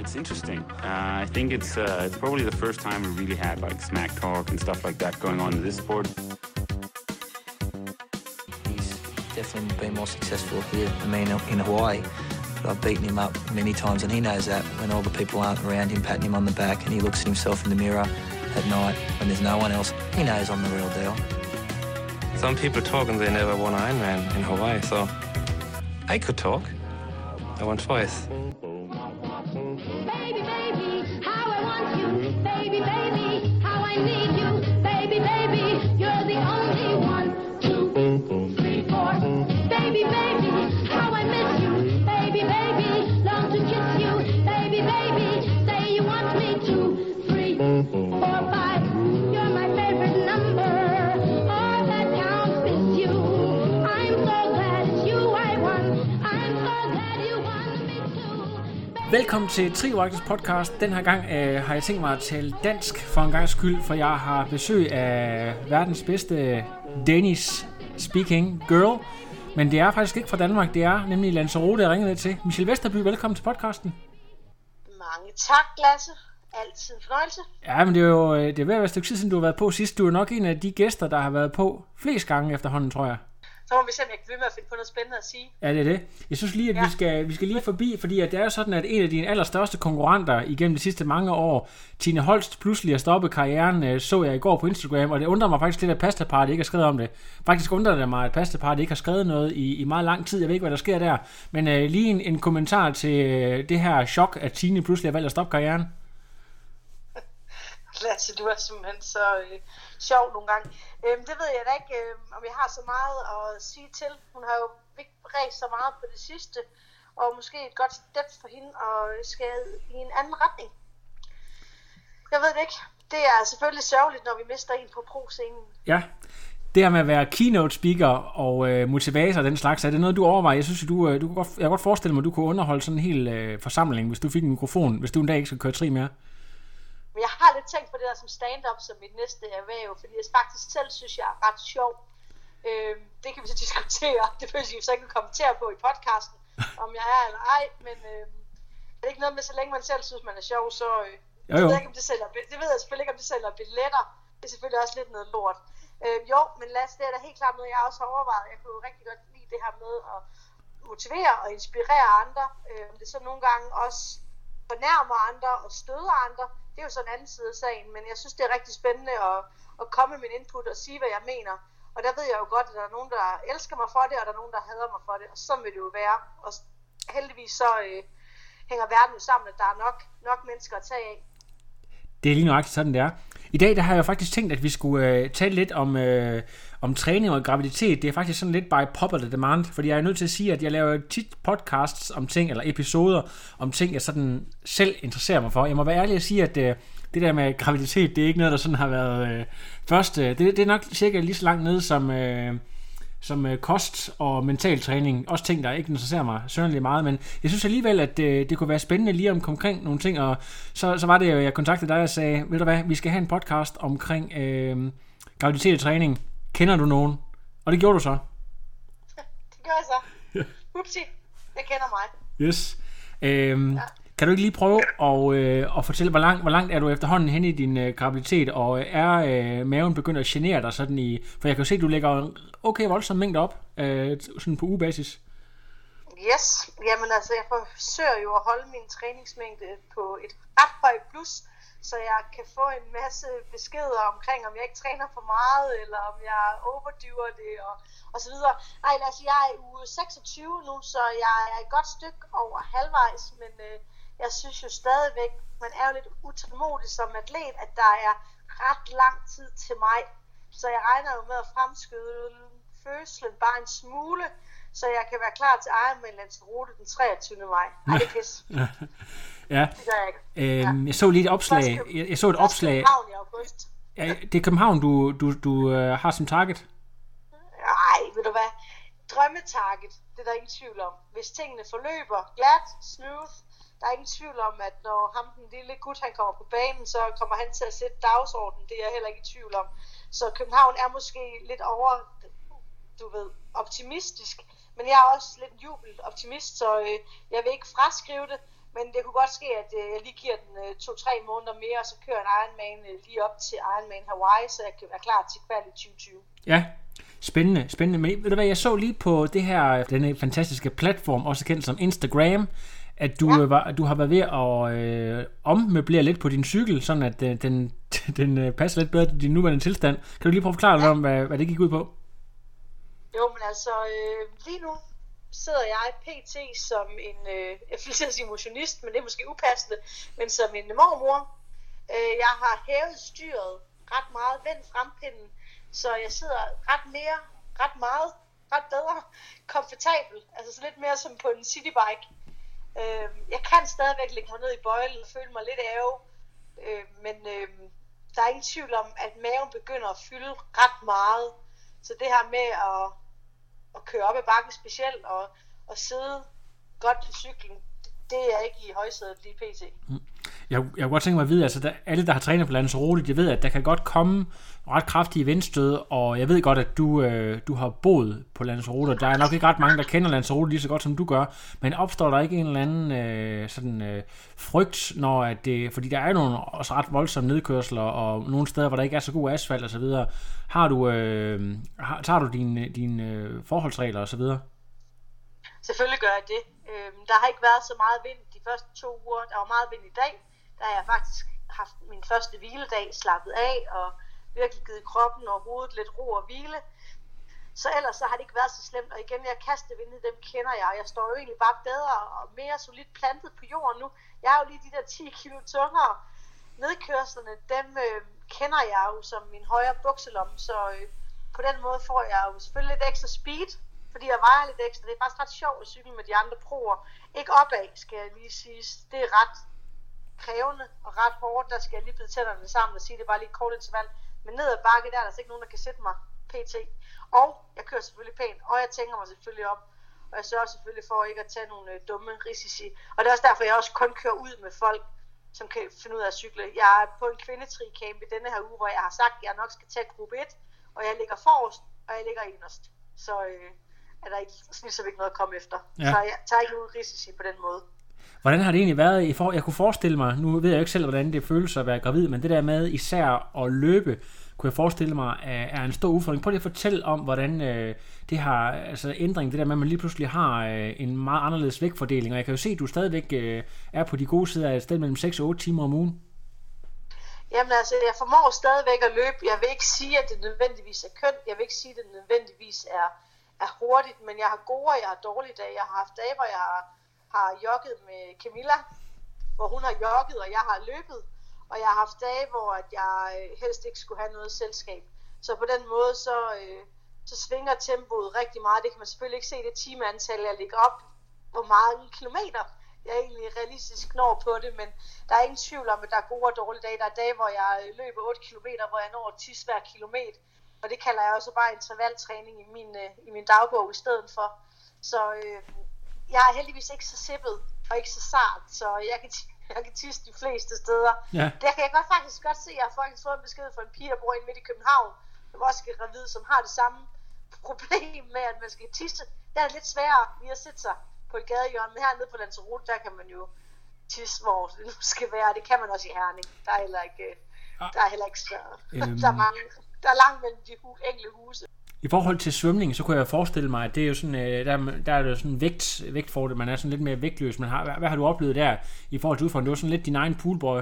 it's interesting. I think it's probably the first time we really had like smack talk and stuff like that going on in this sport. He's definitely been more successful here than me in Hawaii. But I've beaten him up many times, and he knows that when all the people aren't around him patting him on the back and he looks at himself in the mirror at night when there's no one else, he knows I'm the real deal. Some people talk and they never won Ironman in Hawaii, so I could talk. I won twice. Baby, baby, how I want you. Baby, baby, how I need you. Baby, baby, you're the only one. 2, 3, 4. Baby, baby, how I miss you. Baby, baby, long to kiss you. Baby, baby, say you want me. 2, 3, 4, 5. You're my favorite number. All that counts is you. I'm so glad it's you I want. I'm so glad you want me too. Velkommen til Trioagtes podcast. Den her gang har jeg tænkt mig at tale dansk for en gangs skyld, for jeg har besøg af verdens bedste Danish speaking girl. Men det er faktisk ikke fra Danmark, det er nemlig Lanzarote, jeg ringede til. Michelle Vesterby, velkommen til podcasten. Mange tak, Lasse. Altid en fornøjelse. Ja, men det er jo det er ved at være et stykke tid siden, du har været på sidst. Du er nok en af de gæster, der har været på flest gange efterhånden, tror jeg. Så må vi se, om jeg kan blive med at finde på noget spændende at sige. Ja, det er det. Jeg synes lige, at vi skal lige forbi, fordi at det er sådan, at en af dine allerstørste konkurrenter igennem de sidste mange år, Tine Holst, pludselig har stoppet karrieren, så jeg i går på Instagram, og det undrer mig faktisk lidt, at Pasta Party ikke har skrevet om det. Faktisk undrer det mig, at Pasta Party ikke har skrevet noget i meget lang tid. Jeg ved ikke, hvad der sker der. Men lige en kommentar til det her chok, at Tine pludselig har valgt at stoppe karrieren. Lasse, du er simpelthen så sjov nogle gange. Det ved jeg da ikke, om jeg har så meget at sige til. Hun har jo ikke ræst så meget på det sidste, og måske et godt step for hende og skal i en anden retning. Jeg ved det ikke. Det er selvfølgelig sørgeligt, når vi mister en på pro-scenen. Ja, det her med at være keynote speaker og motivator og den slags, er det noget, du overvejer? Jeg synes, jeg kan godt forestille mig, at du kunne underholde sådan en hel forsamling, hvis du fik en mikrofon, hvis du en dag ikke skal køre tri mere. Men jeg har lidt tænkt på det der som stand-up som mit næste erhverv, fordi jeg faktisk selv synes, jeg er ret sjov. Det kan vi så diskutere. Det behøver jeg så ikke kommentere på i podcasten, om jeg er eller ej, men er det ikke noget med, så længe man selv synes, man er sjov, så det ved jeg ikke, om det ved jeg selvfølgelig ikke, om det sælger billetter. Det er selvfølgelig også lidt noget lort. Jo, men Lasse, det er da helt klart noget, jeg også har overvejet. Jeg kunne jo rigtig godt lide det her med at motivere og inspirere andre. Det er så nogle gange også fornærmer andre og støder andre. Det er jo sådan en anden side af sagen, men jeg synes, det er rigtig spændende at komme med min input og sige, hvad jeg mener. Og der ved jeg jo godt, at der er nogen, der elsker mig for det, og der er nogen, der hader mig for det. Og sådan vil det jo være. Og heldigvis så hænger verden jo sammen, at der er nok mennesker at tage af. Det er lige nøjagtigt sådan, det er. I dag der har jeg faktisk tænkt, at vi skulle tale lidt om træning og graviditet. Det er faktisk sådan lidt by popular demand, fordi jeg er nødt til at sige, at jeg laver tit podcasts om ting, eller episoder om ting, jeg sådan selv interesserer mig for. Jeg må være ærlig at sige, at det der med graviditet, det er ikke noget, der sådan har været først. Det er nok cirka lige så langt nede som kost og mental træning. Også ting, der ikke interesserer mig sønderligt meget, men jeg synes alligevel, at det kunne være spændende lige omkring nogle ting, og så var det jo, jeg kontaktede dig og sagde, ved du hvad, vi skal have en podcast omkring graviditet og træning. Kender du nogen? Og det gjorde du så. Det gør jeg så. Upsi, jeg kender mig. Yes. Kan du ikke lige prøve at fortælle, hvor langt er du efterhånden hen i din graviditet, og er maven begyndt at genere dig sådan i... For jeg kan jo se, at du lægger en okay voldsom mængde op, sådan på ugebasis. Yes, jamen altså, jeg forsøger jo at holde min træningsmængde på et ret højt plus, så jeg kan få en masse beskeder omkring, om jeg ikke træner for meget, eller om jeg overdyver det, og så videre. Nej, altså, jeg er i uge 26 nu, så jeg er et godt stykke over halvvejs, men jeg synes jo stadigvæk, man er jo lidt utålmodig som atlet, at der er ret lang tid til mig. Så jeg regner jo med at fremskyde fødslen bare en smule, så jeg kan være klar til Ironman Lanzarote den 23. maj. Ej, det er pis. Ja. Det gør jeg ikke. Jeg så lige et opslag. Jeg så et opslag. København i august. Ja, det er København, du har som target. Nej, ved du hvad? Drømmetarget, det er der ingen tvivl om. Hvis tingene forløber glat, smooth, der er ingen tvivl om, at når ham den lille gut, han kommer på banen, så kommer han til at sætte dagsordenen. Det er jeg heller ikke i tvivl om. Så København er måske lidt over, optimistisk. Men jeg er også lidt jubeloptimist, så jeg vil ikke fraskrive det. Men det kunne godt ske, at jeg lige giver den 2-3 måneder mere, og så kører en Ironman lige op til Ironman Hawaii, så jeg kan være klar til kval i 2020. Ja, spændende. Men ved du hvad, jeg så lige på det her, denne fantastiske platform, også kendt som Instagram, at du har været ved at ommøblere lidt på din cykel, sådan at den passer lidt bedre til din nuværende tilstand. Kan du lige prøve at forklare lidt om, hvad det gik ud på? Jo, men altså, lige nu sidder jeg pt. Som en, jeg vil sige motionist, men det er måske upassende, men som en mormor. Jeg har hævet styret ret meget, vendt frempinden, så jeg sidder ret bedre, komfortabel, altså så lidt mere som på en citybike. Jeg kan stadigvæk lægge mig ned i bøjlen og føle mig lidt ærge, men der er ingen tvivl om, at maven begynder at fylde ret meget. Så det her med at køre op ad bakken specielt og sidde godt på cyklen, det er ikke i højsædet lige pt. Jeg kunne godt tænke mig at vide, altså alle der har trænet på Lanzarote, de ved, at der kan godt komme ret kraftige vindstød, og jeg ved godt, at du har boet på Lanzarote, og der er nok ikke ret mange, der kender Lanzarote lige så godt, som du gør, men opstår der ikke en eller anden frygt, når at det, fordi der er nogle også ret voldsomme nedkørsler, og nogle steder, hvor der ikke er så god asfalt og så videre, tager du dine forholdsregler og så videre? Selvfølgelig gør jeg det. Der har ikke været så meget vind de første 2 uger. Der var meget vind i dag. Der har jeg faktisk haft min første hviledag, slappet af og virkelig givet kroppen og hovedet lidt ro og hvile. Så ellers så har det ikke været så slemt. Og igen, jeg kastevinde, dem kender jeg. Og jeg står jo egentlig bare bedre og mere solidt plantet på jorden nu. Jeg er jo lige de der 10 kilo tungere. Nedkørslerne, dem kender jeg jo som min højre bukselomme. Så på den måde får jeg jo selvfølgelig lidt ekstra speed. Fordi jeg vejer lidt ekstra. Det er faktisk ret sjovt at cykle med de andre proer. Ikke opad, skal jeg lige sige. Det er ret krævende og ret hårdt. Der skal jeg lige bide tænderne sammen og sige, det er bare lige et kort interval. Men ned ad bakke, der er altså ikke nogen, der kan sætte mig pt. Og jeg kører selvfølgelig pænt, og jeg tænker mig selvfølgelig om. Og jeg sørger selvfølgelig for ikke at tage nogle dumme risici. Og det er også derfor, jeg også kun kører ud med folk, som kan finde ud af at cykle. Jeg er på en kvindetricamp i denne her uge, hvor jeg har sagt, at jeg nok skal tage gruppe 1. Og jeg ligger forrest, og jeg ligger inderst. Så er der ikke, ligesom ikke noget at komme efter. Ja. Så jeg tager ikke nogen risici på den måde. Hvordan har det egentlig været? Jeg kunne forestille mig, nu ved jeg ikke selv, hvordan det føles at være gravid, men det der med især at løbe, kunne jeg forestille mig, er en stor udfordring. Prøv lige at fortælle om, hvordan det har, altså ændring, det der med, at man lige pludselig har en meget anderledes vægtfordeling, og jeg kan jo se, at du stadigvæk er på de gode sider af et sted mellem 6 og 8 timer om ugen. Jamen altså, jeg formår stadigvæk at løbe. Jeg vil ikke sige, at det nødvendigvis er kønt. Jeg vil ikke sige, at det nødvendigvis er hurtigt, men jeg har gode og jeg har dårlige dage. Jeg har haft dage, hvor jeg har jogget med Camilla, hvor hun har jogget, og jeg har løbet. Og jeg har haft dage, hvor jeg helst ikke skulle have noget selskab. Så på den måde, så svinger tempoet rigtig meget. Det kan man selvfølgelig ikke se, det timeantal, jeg ligger op, hvor mange kilometer jeg egentlig realistisk når på det. Men der er ingen tvivl om, at der er gode og dårlige dage. Der er dage, hvor jeg løber 8 kilometer, hvor jeg når 10 hver kilometer. Og det kalder jeg også bare intervaltræning i min dagbog i stedet for. Så jeg er heldigvis ikke så sippet og ikke så sart, så jeg kan tisse de fleste steder. Ja. Der kan jeg faktisk godt se, at jeg har faktisk fået en besked fra en pige, der bor inde midt i København, som også er gravid, som har det samme problem med, at man skal tisse. Der er det lidt sværere lige at sætte sig på et gadehjørne, men hernede på Lanzarote, der kan man jo tisse, hvor det nu skal være. Det kan man også i Herning. Der er heller ikke svært. Der er langt mellem de enkelte huse. I forhold til svømning, så kunne jeg forestille mig, at det er jo sådan, der er det sådan vægtfordel, man er sådan lidt mere vægtløs. Hvad har du oplevet der i forhold til udfordringen? Det var sådan lidt din egen poolboy.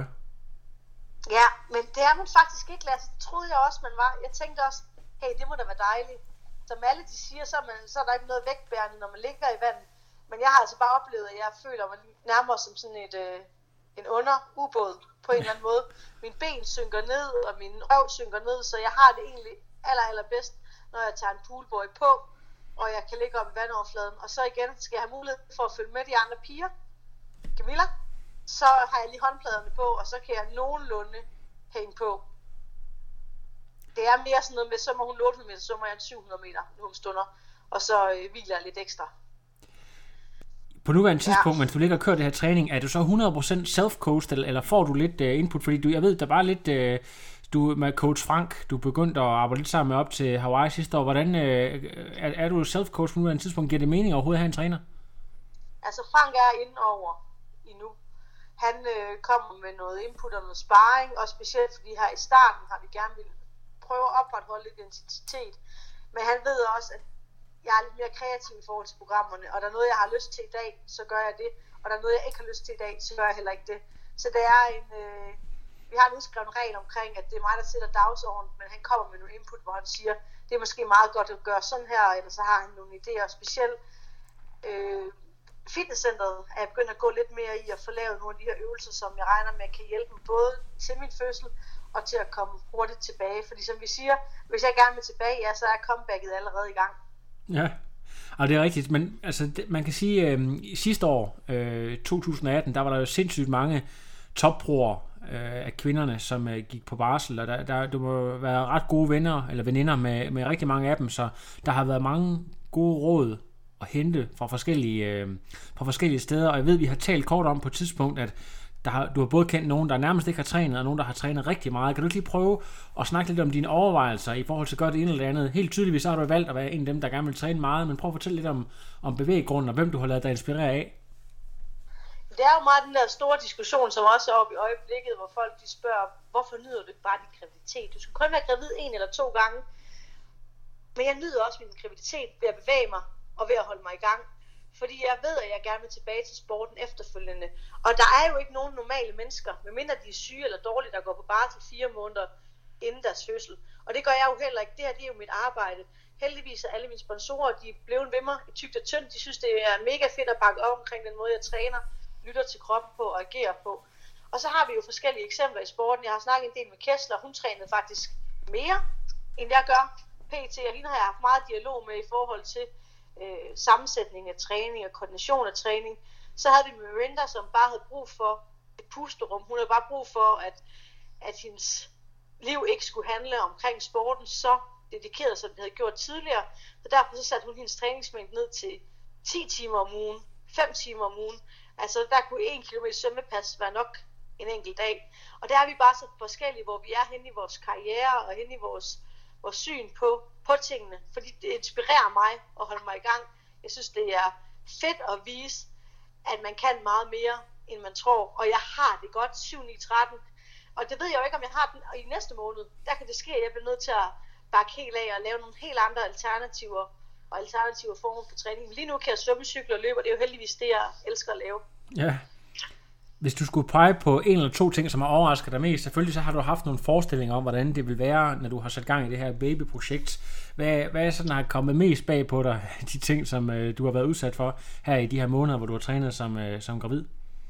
Ja, men det er man faktisk ikke, Lasse. Det troede jeg også, man var. Jeg tænkte også, hey, det må da være dejligt. Som alle de siger, så er der ikke noget vægtbærende, når man ligger i vandet. Men jeg har altså bare oplevet, at jeg føler mig nærmere som sådan en ubåd på en eller anden måde. Min ben synker ned, og min røv synker ned, så jeg har det egentlig allerbedst, når jeg tager en poolboy på, og jeg kan ligge op i vandoverfladen. Og så igen skal jeg have mulighed for at følge med de andre piger, Camilla, så har jeg lige håndpladerne på, og så kan jeg nogenlunde hænge på. Det er mere sådan noget med, så må hun 800 meter, så må jeg 700 meter nogle stunder, og så hviler jeg lidt ekstra. På nuværende tidspunkt, mens du ligger og kører det her træning, er du så 100% self-coached, eller får du lidt input? Fordi jeg ved, der var lidt... Du med coach Frank, du begyndte at arbejde lidt sammen med op til Hawaii sidste år. Hvordan er du self-coach på nuværende tidspunkt? Giver det mening overhovedet at have en træner? Altså Frank er inde over endnu. Han kommer med noget input og noget sparring, og specielt fordi her i starten har vi gerne vil prøve at opretholde lidt identitet. Men han ved også, at jeg er lidt mere kreativ i forhold til programmerne, og der er noget, jeg har lyst til i dag, så gør jeg det. Og der er noget, jeg ikke har lyst til i dag, så gør jeg heller ikke det. Så det er vi har en udskrevet regel omkring, at det er mig, der sætter dagsordenen, men han kommer med nogle input, hvor han siger, det er måske meget godt at gøre sådan her, eller så har han nogle idéer. Specielt fitnesscenteret er jeg begyndt at gå lidt mere i at få lavet nogle af de her øvelser, som jeg regner med kan hjælpe mig både til min fødsel og til at komme hurtigt tilbage. Fordi som vi siger, hvis jeg gerne vil tilbage, ja, så er comebacket allerede i gang. Ja, og det er rigtigt, men altså, man kan sige, sidste år, 2018, der var der jo sindssygt mange topproer af kvinderne, som gik på barsel, og der må være ret gode venner eller veninder med rigtig mange af dem, så der har været mange gode råd at hente fra forskellige steder, og jeg ved, vi har talt kort om på et tidspunkt, at du har både kendt nogen, der nærmest ikke har trænet, og nogen, der har trænet rigtig meget. Kan du ikke lige prøve at snakke lidt om dine overvejelser i forhold til at gøre det ene eller det andet? Helt tydeligvis så har du valgt at være en af dem, der gerne vil træne meget, men prøv at fortælle lidt om bevæggrunden, og hvem du har ladet dig inspirere af. Det er jo meget den der store diskussion, som også er oppe i øjeblikket, hvor folk de spørger, hvorfor nyder du ikke bare din graviditet? Du skal kun være gravid 1 eller 2 gange. Men jeg nyder også min graviditet ved at bevæge mig og ved at holde mig i gang. Fordi jeg ved, at jeg gerne vil tilbage til sporten efterfølgende. Og der er jo ikke nogen normale mennesker, medmindre de er syge eller dårlige, der går på barsel 4 måneder inden deres fødsel. Og det gør jeg jo heller ikke. Det her det er jo mit arbejde. Heldigvis er alle mine sponsorer, de er blevet ved mig i tykt og tyndt. De synes, det er mega fedt at bakke op omkring den måde, jeg træner, lytter til kroppen på og agerer på. Og så har vi jo forskellige eksempler i sporten. Jeg har snakket en del med Kessler. Hun trænede faktisk mere, end jeg gør. PT, og hende har jeg haft meget dialog med i forhold til sammensætning af træning og koordination af træning. Så havde vi Miranda, som bare havde brug for et pusterum. Hun havde bare brug for, at hendes liv ikke skulle handle omkring sporten så dedikeret, som det havde gjort tidligere. Så derfor så satte hun hendes træningsmængde ned til 10 timer om ugen, 5 timer om ugen. Altså der kunne 1 kilometer svømmepas være nok en enkelt dag. Og der er vi bare så forskellige, hvor vi er henne i vores karriere og henne i vores syn på tingene, fordi det inspirerer mig at holde mig i gang. Jeg synes, det er fedt at vise, at man kan meget mere, end man tror, og jeg har det godt 7-9-13, og det ved jeg jo ikke, om jeg har den i næste måned. Der kan det ske, at jeg bliver nødt til at bakke helt af og lave nogle helt andre alternative former for træning. Men lige nu kan jeg svømme, cykle og løbe, og det er jo heldigvis det, jeg elsker at lave. Ja. Hvis du skulle pege på 1 eller 2 ting, som har overrasket dig mest, selvfølgelig så har du haft nogle forestillinger om, hvordan det vil være, når du har sat gang i det her babyprojekt. Hvad er sådan, der har kommet mest bag på dig, de ting, som du har været udsat for her i de her måneder, hvor du har trænet som gravid?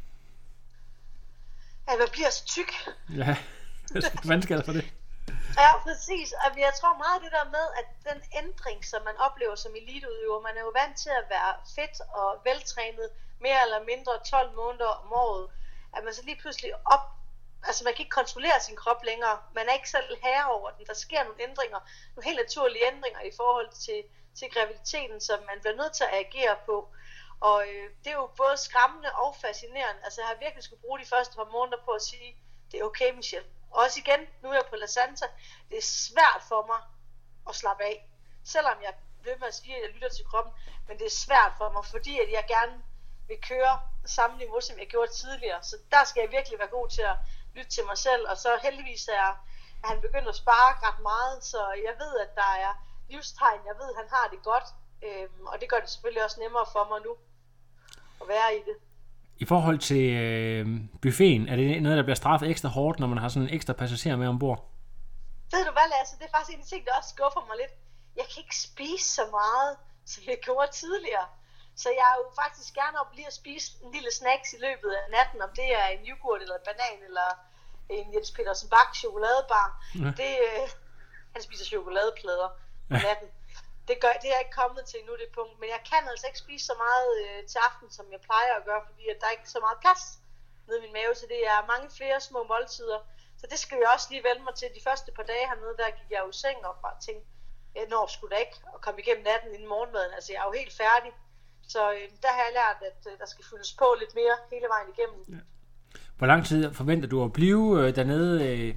At man bliver så tyk. Ja, hvordan skal der for det? Ja, præcis. Og jeg tror meget det der med, at den ændring, som man oplever som eliteudøver, man er jo vant til at være fedt og veltrænet mere eller mindre 12 måneder om året, at man så lige pludselig altså man kan ikke kontrollere sin krop længere, man er ikke selv herre over den, der sker nogle ændringer, nogle helt naturlige ændringer i forhold til graviditeten, som man bliver nødt til at agere på, og det er jo både skræmmende og fascinerende. Altså jeg har virkelig skulle bruge de første par måneder på at sige, det er okay, Michelle. Og også igen, nu er jeg på La Santa, det er svært for mig at slappe af, selvom jeg bliver med at sige, at jeg lytter til kroppen, men det er svært for mig, fordi at jeg gerne vil køre samme niveau, som jeg gjorde tidligere. Så der skal jeg virkelig være god til at lytte til mig selv. Og så heldigvis er han begyndt at spare ret meget, så jeg ved, at der er livstegn. Jeg ved, at han har det godt. Og det gør det selvfølgelig også nemmere for mig nu at være i det. I forhold til buffeten, er det noget, der bliver straffet ekstra hårdt, når man har sådan en ekstra passager med ombord? Ved du hvad, Lasse? Det er faktisk en ting, der også skuffer mig lidt. Jeg kan ikke spise så meget, som jeg gjorde tidligere. Så jeg er jo faktisk gerne op lige at spise en lille snacks i løbet af natten, om det er en yoghurt eller en banan eller en Jens Petersen Bach chokoladebar. Ja. Han spiser chokoladeplader om natten. Det er ikke kommet til endnu det punkt, men jeg kan altså ikke spise så meget til aften, som jeg plejer at gøre, fordi at der er ikke så meget plads nede i min mave, så det er mange flere små måltider. Så det skal jeg også lige vende mig til. De første par dage hernede, der gik jeg jo i seng og bare tænkte, jeg når sgu da ikke at komme igennem natten inden morgenmaden. Altså jeg er jo helt færdig. Så der har jeg lært, at der skal fyldes på lidt mere hele vejen igennem. Ja. Hvor lang tid forventer du at blive dernede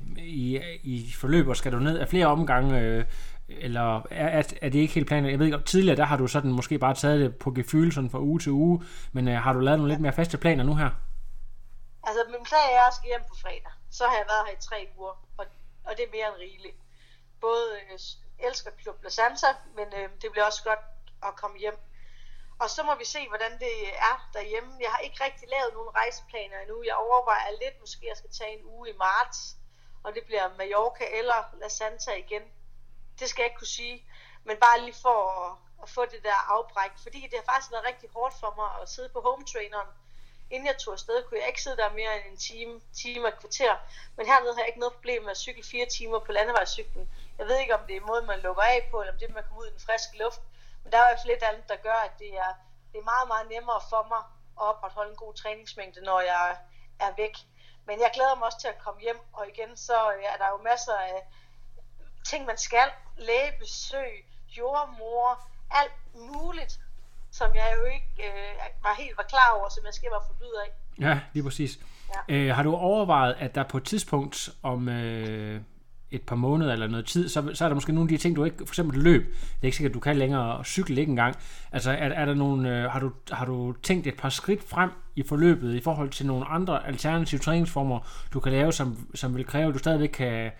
i forløb, og skal du ned af flere omgange, eller er det ikke helt planen? Jeg ved ikke, tidligere der har du sådan måske bare taget det på gefühl sådan fra uge til uge, men har du lavet nogle lidt mere faste planer nu her? Altså, min plan er, at jeg skal hjem på fredag. Så har jeg været her i 3 uger, og det er mere end rigeligt. Både elsker Club La Santa, men det bliver også godt at komme hjem. Og så må vi se, hvordan det er derhjemme. Jeg har ikke rigtig lavet nogen rejseplaner endnu. Jeg overvejer lidt, måske jeg skal tage en uge i marts, og det bliver Mallorca eller La Santa igen. Det skal jeg ikke kunne sige, men bare lige for at få det der afbræk, fordi det har faktisk været rigtig hårdt for mig at sidde på home traineren. Inden jeg tog afsted, kunne jeg ikke sidde der mere end en time og et kvarter. Men hernede har jeg ikke noget problem med at cykle 4 timer på landevejscyklen. Jeg ved ikke, om det er måden, man lukker af på, eller om det er, man kommer ud i den friske luft. Men der er i hvert fald lidt andet, der gør, at det er meget, meget nemmere for mig at opretholde en god træningsmængde, når jeg er væk. Men jeg glæder mig også til at komme hjem, og igen så er der jo masser af ting, man skal. Lægebesøg, jordmor, alt muligt, som jeg jo ikke var klar over, som jeg skal være forbydet af. Ja, lige præcis. Ja. Har du overvejet, at der på et tidspunkt om et par måneder eller noget tid, så er der måske nogle af de ting, du ikke, for eksempel løb, det er ikke sikkert, at du kan længere, og cykle ikke engang. Altså, er der nogle, har du tænkt et par skridt frem i forløbet i forhold til nogle andre alternative træningsformer, du kan lave, som vil kræve, at du stadigvæk kan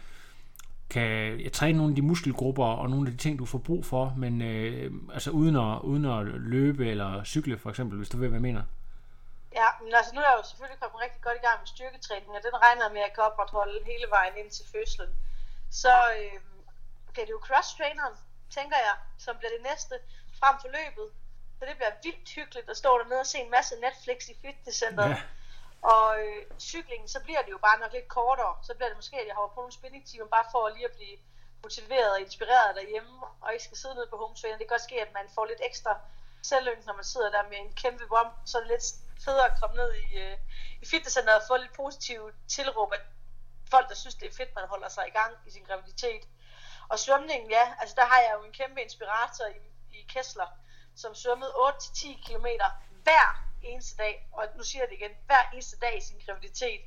træne nogle af de muskelgrupper og nogle af de ting, du får brug for, men altså uden at løbe eller cykle, for eksempel, hvis du ved, hvad jeg mener? Ja, men altså nu er jeg jo selvfølgelig kommet rigtig godt i gang med styrketræning, og den regner med, at jeg kan opretholde hele vejen ind til fødslen. Så bliver det jo cross-traineren, tænker jeg, som bliver det næste frem for løbet. Så det bliver vildt hyggeligt at stå dernede og se en masse Netflix i fitnesscenteret. Ja. Og cyklingen, så bliver det jo bare nok lidt kortere. Så bliver det måske, at jeg hopper på nogle spinningtimer, bare for lige at blive motiveret og inspireret derhjemme, og ikke skal sidde nede på home trainer. Det kan godt ske, at man får lidt ekstra selvlyng, når man sidder der med en kæmpe vom, så er det lidt federe at komme ned i fitnesscenteret og få lidt positivt tilråb af folk, der synes, det er fedt, man holder sig i gang i sin graviditet. Og svømningen, ja, altså der har jeg jo en kæmpe inspirator i Kessler, som svømmede 8-10 km hver eneste dag, og nu siger jeg det igen, hver eneste dag i sin graviditet.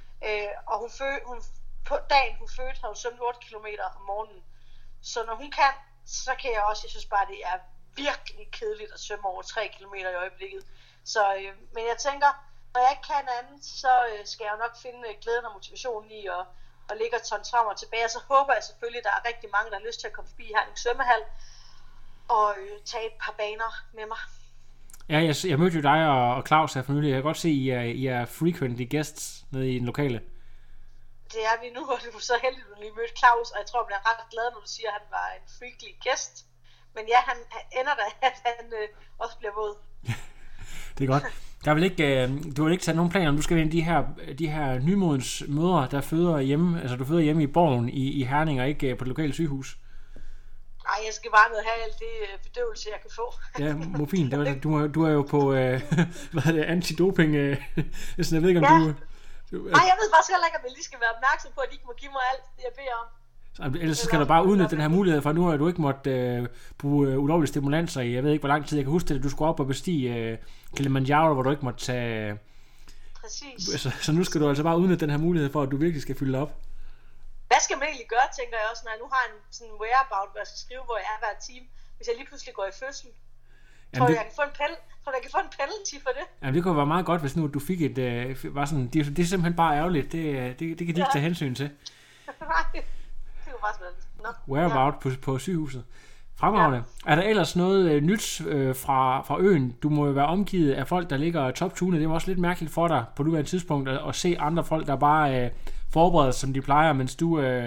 Og på dagen hun fødte, har hun svømmet 8 km om morgenen. Så når hun kan, så kan jeg også, jeg synes bare, det er virkelig kedeligt at svømme over 3 km i øjeblikket. Så, men jeg tænker, når jeg ikke kan andet, så skal jeg jo nok finde glæden og motivationen i at ligge og tonse frem og tilbage. Og så håber jeg selvfølgelig, at der er rigtig mange, der har lyst til at komme forbi Herning Svømmehal og tage et par baner med mig. Ja, jeg mødte jo dig og Claus her for nylig. Jeg kan godt se, at I er frequently guests nede i den lokale. Det er vi nu, og du er så heldig, at du lige mødte Claus, og jeg tror, jeg bliver ret glad, når du siger, at han var en freakly guest. Men ja, han ender da, at han også bliver våd. Det er godt. Du har ikke taget nogen planer om, du skal vende de her nymodens mødre, der føder hjemme, altså du føder hjemme i Borgen i Herning, og ikke på det lokale sygehus. Nej, jeg skal bare have alt det bedøvelse, jeg kan få. Ja, morfin. Du er jo på antidoping. Jeg ved ikke, om du... Nej, jeg ved faktisk heller ikke, om jeg lige skal være opmærksom på, at de ikke må give mig alt det, jeg beder om. Ellers så skal du bare udnytte den her mulighed, for nu har du ikke måtte bruge ulovlige stimulanser i, jeg ved ikke, hvor lang tid. Jeg kan huske det, at du skulle op og bestige Kilimanjaro, hvor du ikke måtte tage... Præcis. Så nu skal du altså bare udnytte den her mulighed for, at du virkelig skal fylde op. Hvad skal man egentlig gøre, tænker jeg også, når jeg nu har en sådan whereabout, hvor jeg skal skrive, hvor jeg er hver time, hvis jeg lige pludselig går i fødsel? Tror du, jeg kan få en penalty for det? Jamen, det kunne være meget godt, hvis nu du fik et... var sådan, det er simpelthen bare ærgerligt. Det kan de ikke tage hensyn til. Nej, det kunne bare være whereabout på sygehuset. Fremragende. Ja. Er der ellers noget nyt fra øen? Du må jo være omgivet af folk, der ligger top-tunet. Det var også lidt mærkeligt for dig på nuværende tidspunkt at se andre folk, der bare forbereder som de plejer, mens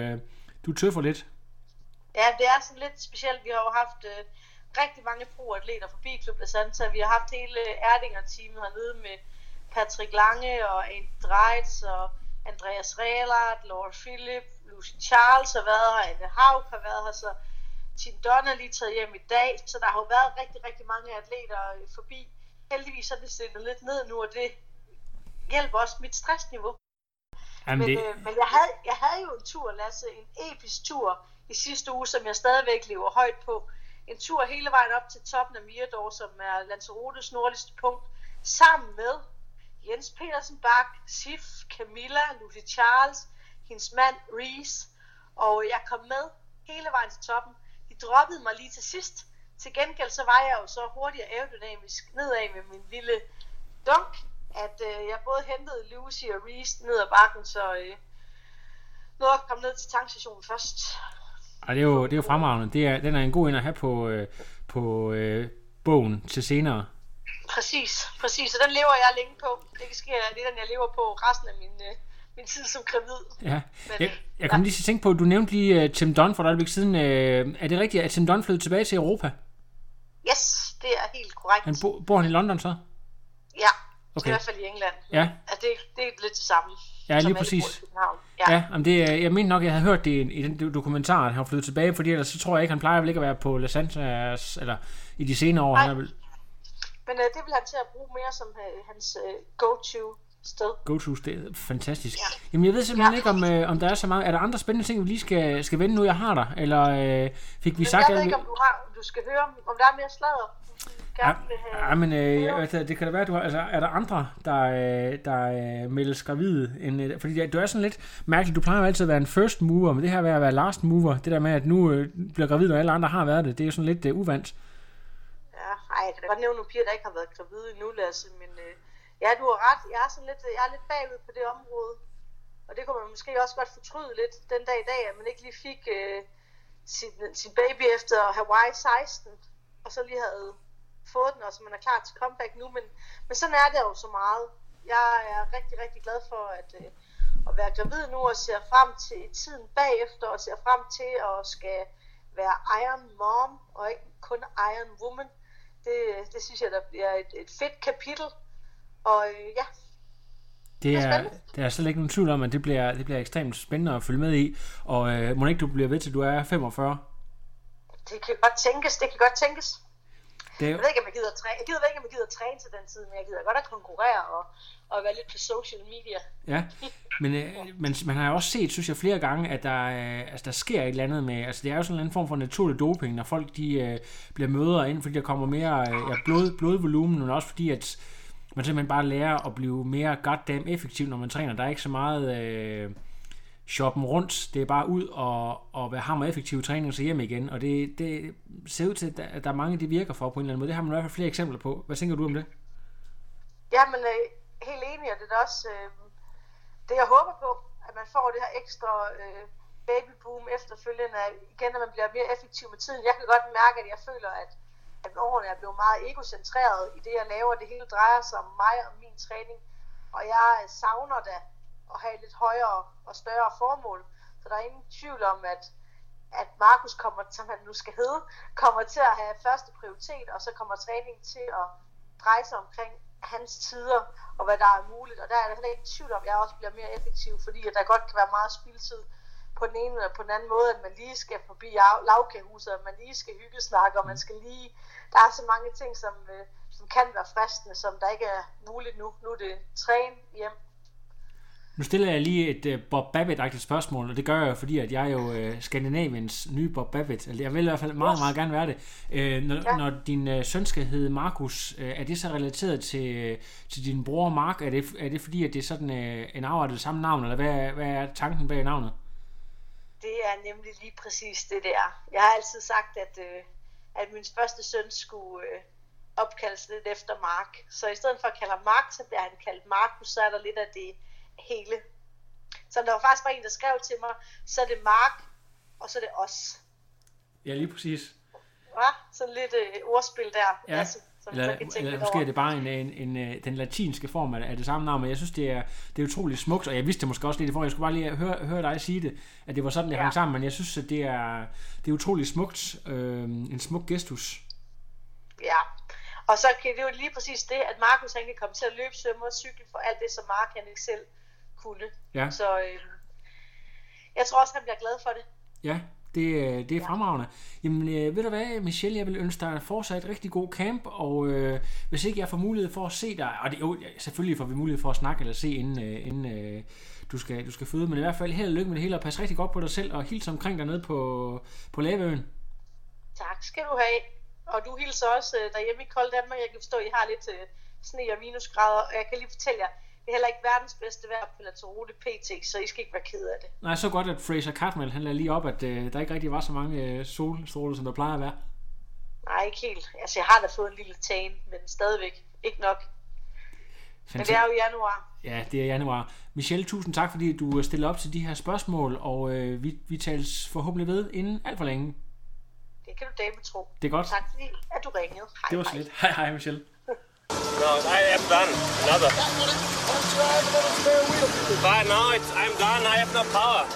du tøffer lidt. Ja, det er sådan lidt specielt. Vi har jo haft rigtig mange pro-atleter forbi Club La Santa. Vi har haft hele Erdinger-teamet hernede med Patrick Lange og Andy Dreitz og Andreas Rehlert, Laura Philip, Lucy Charles har været her, Anne Haug har været her, så Tim Donner lige taget hjem i dag, så der har jo været rigtig, rigtig mange atleter forbi. Heldigvis er det stillet lidt ned nu, og det hjælper også mit stressniveau. Men jeg havde jo en tur, Lasse, en episk tur i sidste uge, som jeg stadigvæk lever højt på. En tur hele vejen op til toppen af Mirador, som er Lanzarotes nordligste punkt, sammen med Jens Petersen Bach, Sif, Camilla, Lucy Charles, hendes mand Reese, og jeg kom med hele vejen til toppen. De droppede mig lige til sidst. Til gengæld så var jeg jo så hurtigt og aerodynamisk nedad med min lille dunk at jeg både hentede Lucy og Reese ned ad bakken, så nåede at komme ned til tankstationen først. Og det er jo fremragende. Den er en god en at have på bogen til senere. Præcis. Og den lever jeg længe på. Det kan ske, det er den, jeg lever på resten af min tid som gravid. Ja. Jeg kom lige til at tænke på, du nævnte lige Tim Dunn for et øjeblik siden. Er det rigtigt, at Tim Dunn flyttede tilbage til Europa? Yes, det er helt korrekt. Bor han i London så? Ja, okay. I hvert fald i England. Ja. Det er lidt det samme. Ja, lige præcis. Ja, jeg mener nok, jeg havde hørt det i den dokumentar, at han flyttede tilbage, fordi ellers så tror jeg ikke, han plejer vel ikke at være på Los Angeles, eller i de senere år. Nej, men det vil han til at bruge mere som hans go-to sted. Go-to sted, fantastisk. Ja. Jamen jeg ved simpelthen ikke, om der er så meget. Er der andre spændende ting, vi lige skal vende nu, jeg har dig? Eller fik vi sagt... Jeg ved ikke, om du skal høre, om der er mere sladder. Men det kan da være, du har, altså, er der andre, der meldes gravide? Fordi du er sådan lidt mærkelig. Du plejer jo altid at være en first mover, men det her at være last mover, det der med, at nu bliver gravid, og alle andre har været det er jo sådan lidt uvant. Ja, jeg kan da godt nævne nogle piger, der ikke har været gravide endnu, Lasse, men ja, du har ret. Jeg er lidt bagud på det område, og det kunne man måske også godt fortryde lidt den dag i dag, at man ikke lige fik sin baby efter Hawaii 16, og så lige havde fået den, og så man er klar til comeback nu, men sådan er det jo så meget. Jeg er rigtig, rigtig glad for at være gravid nu, og ser frem til tiden bagefter, og ser frem til at skal være Iron Mom, og ikke kun Iron Woman. Det synes jeg, der bliver et fedt kapitel, og ja. Det er slet ikke nogen tvivl om, at det bliver ekstremt spændende at følge med i, og må ikke du bliver ved til du er 45? Det kan godt tænkes. Jeg ved ikke, om jeg gider at træne til den tid, men jeg gider godt at konkurrere og være lidt på social media. Ja, men man har jo også set, synes jeg, flere gange, at der sker et eller andet med, altså det er jo sådan en form for naturlig doping, når folk de bliver mødre ind, fordi der kommer mere blodvolumen, men også fordi, at man simpelthen bare lærer at blive mere goddamn effektiv, når man træner. Der er ikke så meget shoppen rundt, det er bare ud og være hammer-effektiv træning og så hjem igen, og det ser ud til, at der er mange, det virker for på en eller anden måde. Det har man i hvert fald flere eksempler på. Hvad tænker du om det? Ja, men helt enig, og det er også det, jeg håber på, at man får det her ekstra babyboom efterfølgende, igen, at man bliver mere effektiv med tiden. Jeg kan godt mærke, at jeg føler, at årene er blevet meget egocentreret i det, jeg laver. Det hele drejer sig om mig og min træning, og jeg savner da at have et lidt højere og større formål. Så der er ingen tvivl om, at Markus kommer, som han nu skal hedde, kommer til at have første prioritet, og så kommer træningen til at dreje sig omkring hans tider, og hvad der er muligt. Og der er der heller ikke tvivl om, at jeg også bliver mere effektiv, fordi at der godt kan være meget spildtid på den ene eller på den anden måde, at man lige skal forbi lavkagehuset, at man lige skal hyggesnakke, og man skal lige... Der er så mange ting, som kan være fristende, som der ikke er muligt nu. Nu er det træn hjem. Nu stiller jeg lige et Bob Babbitt-agtigt spørgsmål, og det gør jeg, fordi at jeg er jo Skandinaviens nye Bob Babbitt. Jeg vil i hvert fald meget, meget gerne være det. Når din søn skal hedde Markus, er det så relateret til din bror Mark? Er det fordi, at det er sådan en afrettet samme navn, eller hvad er tanken bag navnet? Det er nemlig lige præcis det der. Jeg har altid sagt, at min første søn skulle opkaldes lidt efter Mark. Så i stedet for at kalde ham Mark, så bliver han kaldt Markus, så er der lidt af det hele. Så der var faktisk bare en, der skrev til mig, så er det Mark, og så er det os. Ja, lige præcis. Ja, sådan lidt ordspil der. Ja. Altså, eller måske er det bare den latinske form af det samme navn, men jeg synes, det er utroligt smukt, og jeg vidste det måske også lidt i forhold. Jeg skulle bare lige høre dig sige det, at det var sådan, det hang sammen, men jeg synes, at det er utroligt smukt. En smuk gestus. Ja, og så kan det jo lige præcis det, at Markus han kan komme til at løbe, svømme og cykle for alt det, som Mark han ikke selv kunne. Ja. Så jeg tror også, han bliver glad for det. Ja, det er fremragende. Jamen, ved du hvad, Michelle, jeg vil ønske dig fortsat et rigtig god camp, og hvis ikke jeg får mulighed for at se dig, og selvfølgelig får vi mulighed for at snakke eller se, inden du skal føde, men i hvert fald held og lykke med det hele, og pas rigtig godt på dig selv, og hils omkring dernede på Laveøen. Tak skal du have, og du hilser også derhjemme i kolde Danmark. Jeg kan forstå, at I har lidt sne og minusgrader, og jeg kan lige fortælle jer, det er heller ikke verdens bedste vejr på Lanzarote PT, så I skal ikke være ked af det. Nej, så godt, at Fraser Cartmel han lagde lige op, at der ikke rigtig var så mange solstråler, som der plejer at være. Nej, ikke helt. Altså, jeg har da fået en lille tan, men stadigvæk ikke nok. Men det er jo januar. Ja, det er januar. Michelle, tusind tak, fordi du stiller op til de her spørgsmål, og vi tales forhåbentlig ved inden alt for længe. Det kan du dame tro. Det er godt. Tak fordi, at du ringede. Hej, Det var så lidt. Hej, Michelle. No, I am done. Another. Right now, I'm done. I have no power.